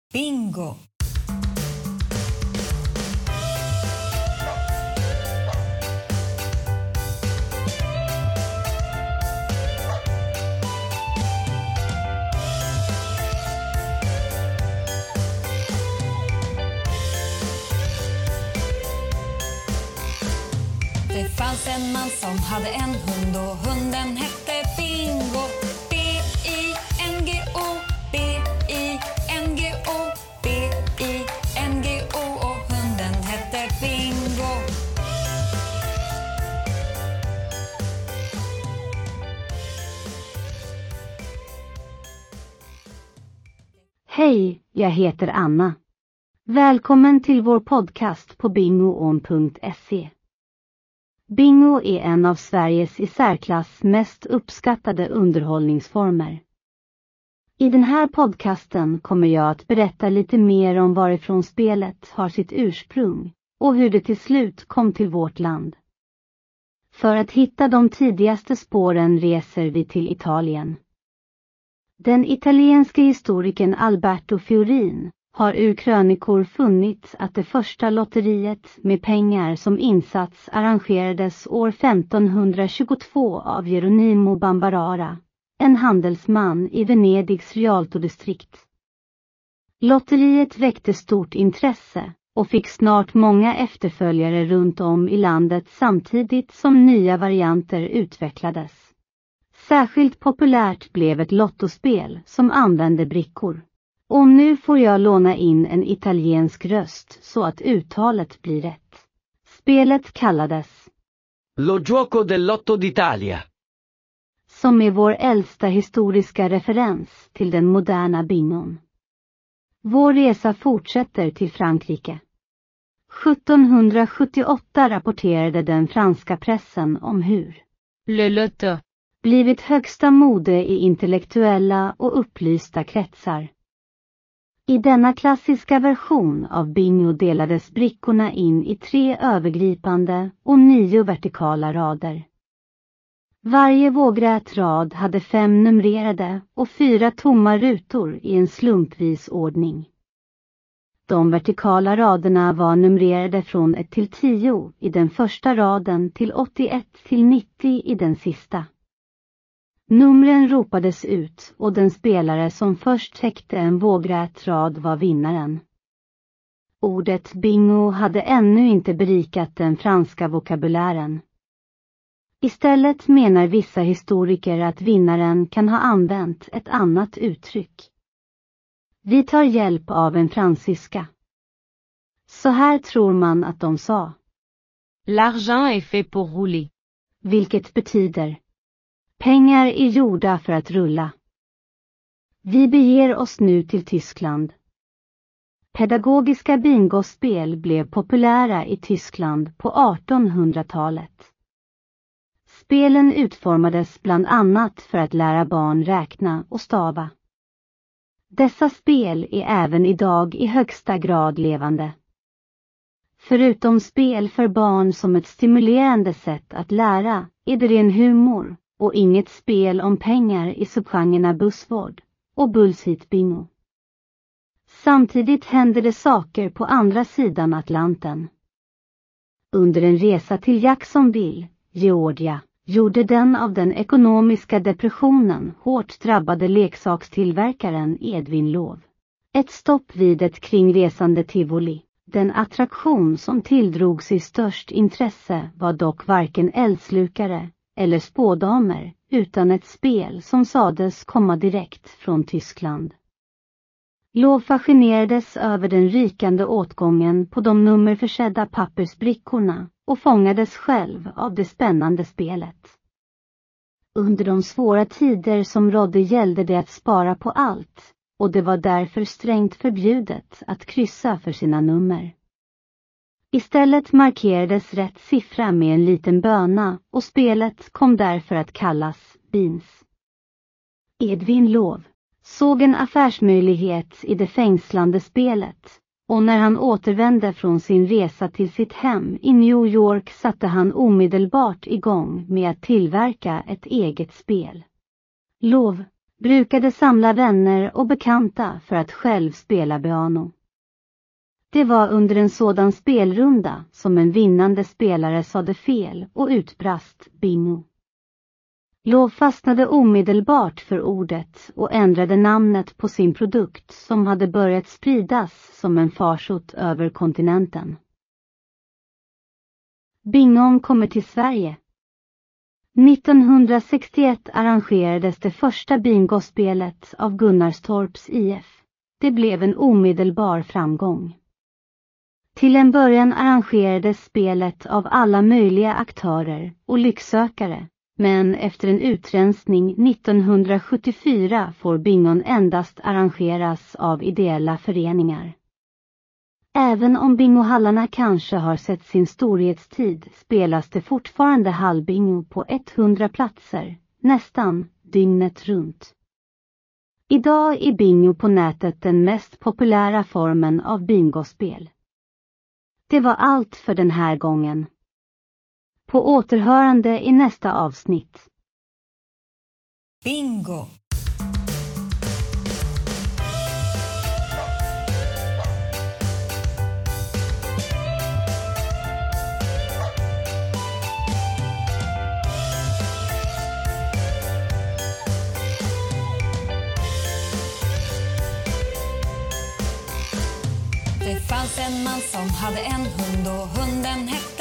Bingo! Det fanns en man som hade en hund och hunden hette Bingo. B-I-N-G-O, B-I-N-G-O, B-I-N-G-O och hunden hette Bingo. Hej, jag heter Anna. Välkommen till vår podcast på bingoon.se. Bingo är en av Sveriges i särklass mest uppskattade underhållningsformer. I den här podcasten kommer jag att berätta lite mer om varifrån spelet har sitt ursprung och hur det till slut kom till vårt land. För att hitta de tidigaste spåren reser vi till Italien. Den italienske historikern Alberto Fiorin har ur krönikor funnit att det första lotteriet med pengar som insats arrangerades år 1522 av Geronimo Bambarara, en handelsman i Venedigs Rialto-distrikt. Lotteriet väckte stort intresse och fick snart många efterföljare runt om i landet samtidigt som nya varianter utvecklades. Särskilt populärt blev ett lottospel som använde brickor. Och nu får jag låna in en italiensk röst så att uttalet blir rätt. Spelet kallades Lo gioco del Lotto d'Italia. Som är vår äldsta historiska referens till den moderna bingon. Vår resa fortsätter till Frankrike. 1778 rapporterade den franska pressen om hur Le Lotto blivit högsta mode i intellektuella och upplysta kretsar. I denna klassiska version av bingo delades brickorna in i 3 övergripande och 9 vertikala rader. Varje vågrät rad hade 5 numrerade och 4 tomma rutor i en slumpvis ordning. De vertikala raderna var numrerade från 1 till 10 i den första raden till 81 till 90 i den sista. Numren ropades ut och den spelare som först täckte en vågrät rad var vinnaren. Ordet bingo hade ännu inte berikat den franska vokabulären. Istället menar vissa historiker att vinnaren kan ha använt ett annat uttryck. Vi tar hjälp av en fransyska. Så här tror man att de sa. L'argent est fait pour rouler. Vilket betyder pengar är gjorda för att rulla. Vi beger oss nu till Tyskland. Pedagogiska bingospel blev populära i Tyskland på 1800-talet. Spelen utformades bland annat för att lära barn räkna och stava. Dessa spel är även idag i högsta grad levande. Förutom spel för barn som ett stimulerande sätt att lära är det ren humor och inget spel om pengar i subgenrerna bussvård och bullshit bingo. Samtidigt händer det saker på andra sidan Atlanten. Under en resa till Jacksonville, Georgia, gjorde den av den ekonomiska depressionen hårt drabbade leksakstillverkaren Edvin Lov ett stopp vid ett kringresande tivoli. Den attraktion som tilldrog sig störst intresse var dock varken eldslukare eller spådamer utan ett spel som sades komma direkt från Tyskland. Lov fascinerades över den rykande åtgången på de nummerförsedda pappersbrickorna och fångades själv av det spännande spelet. Under de svåra tider som rådde gällde det att spara på allt, och det var därför strängt förbjudet att kryssa för sina nummer. Istället markerades rätt siffra med en liten böna och spelet kom därför att kallas Beans. Edvin Lov såg en affärsmöjlighet i det fängslande spelet, och när han återvände från sin resa till sitt hem i New York satte han omedelbart igång med att tillverka ett eget spel. Lov brukade samla vänner och bekanta för att själv spela piano. Det var under en sådan spelrunda som en vinnande spelare sade fel och utbrast bingo. Lov fastnade omedelbart för ordet och ändrade namnet på sin produkt som hade börjat spridas som en farsot över kontinenten. Bingon kommer till Sverige. 1961 arrangerades det första bingospelet av Gunnarstorps IF. Det blev en omedelbar framgång. Till en början arrangerades spelet av alla möjliga aktörer och lycksökare, men efter en utrensning 1974 får bingon endast arrangeras av ideella föreningar. Även om bingohallarna kanske har sett sin storhetstid spelas det fortfarande hallbingo på 100 platser, nästan dygnet runt. Idag är bingo på nätet den mest populära formen av bingospel. Det var allt för den här gången. På återhörande i nästa avsnitt. Bingo! Det fanns en man som hade en hund och hunden hette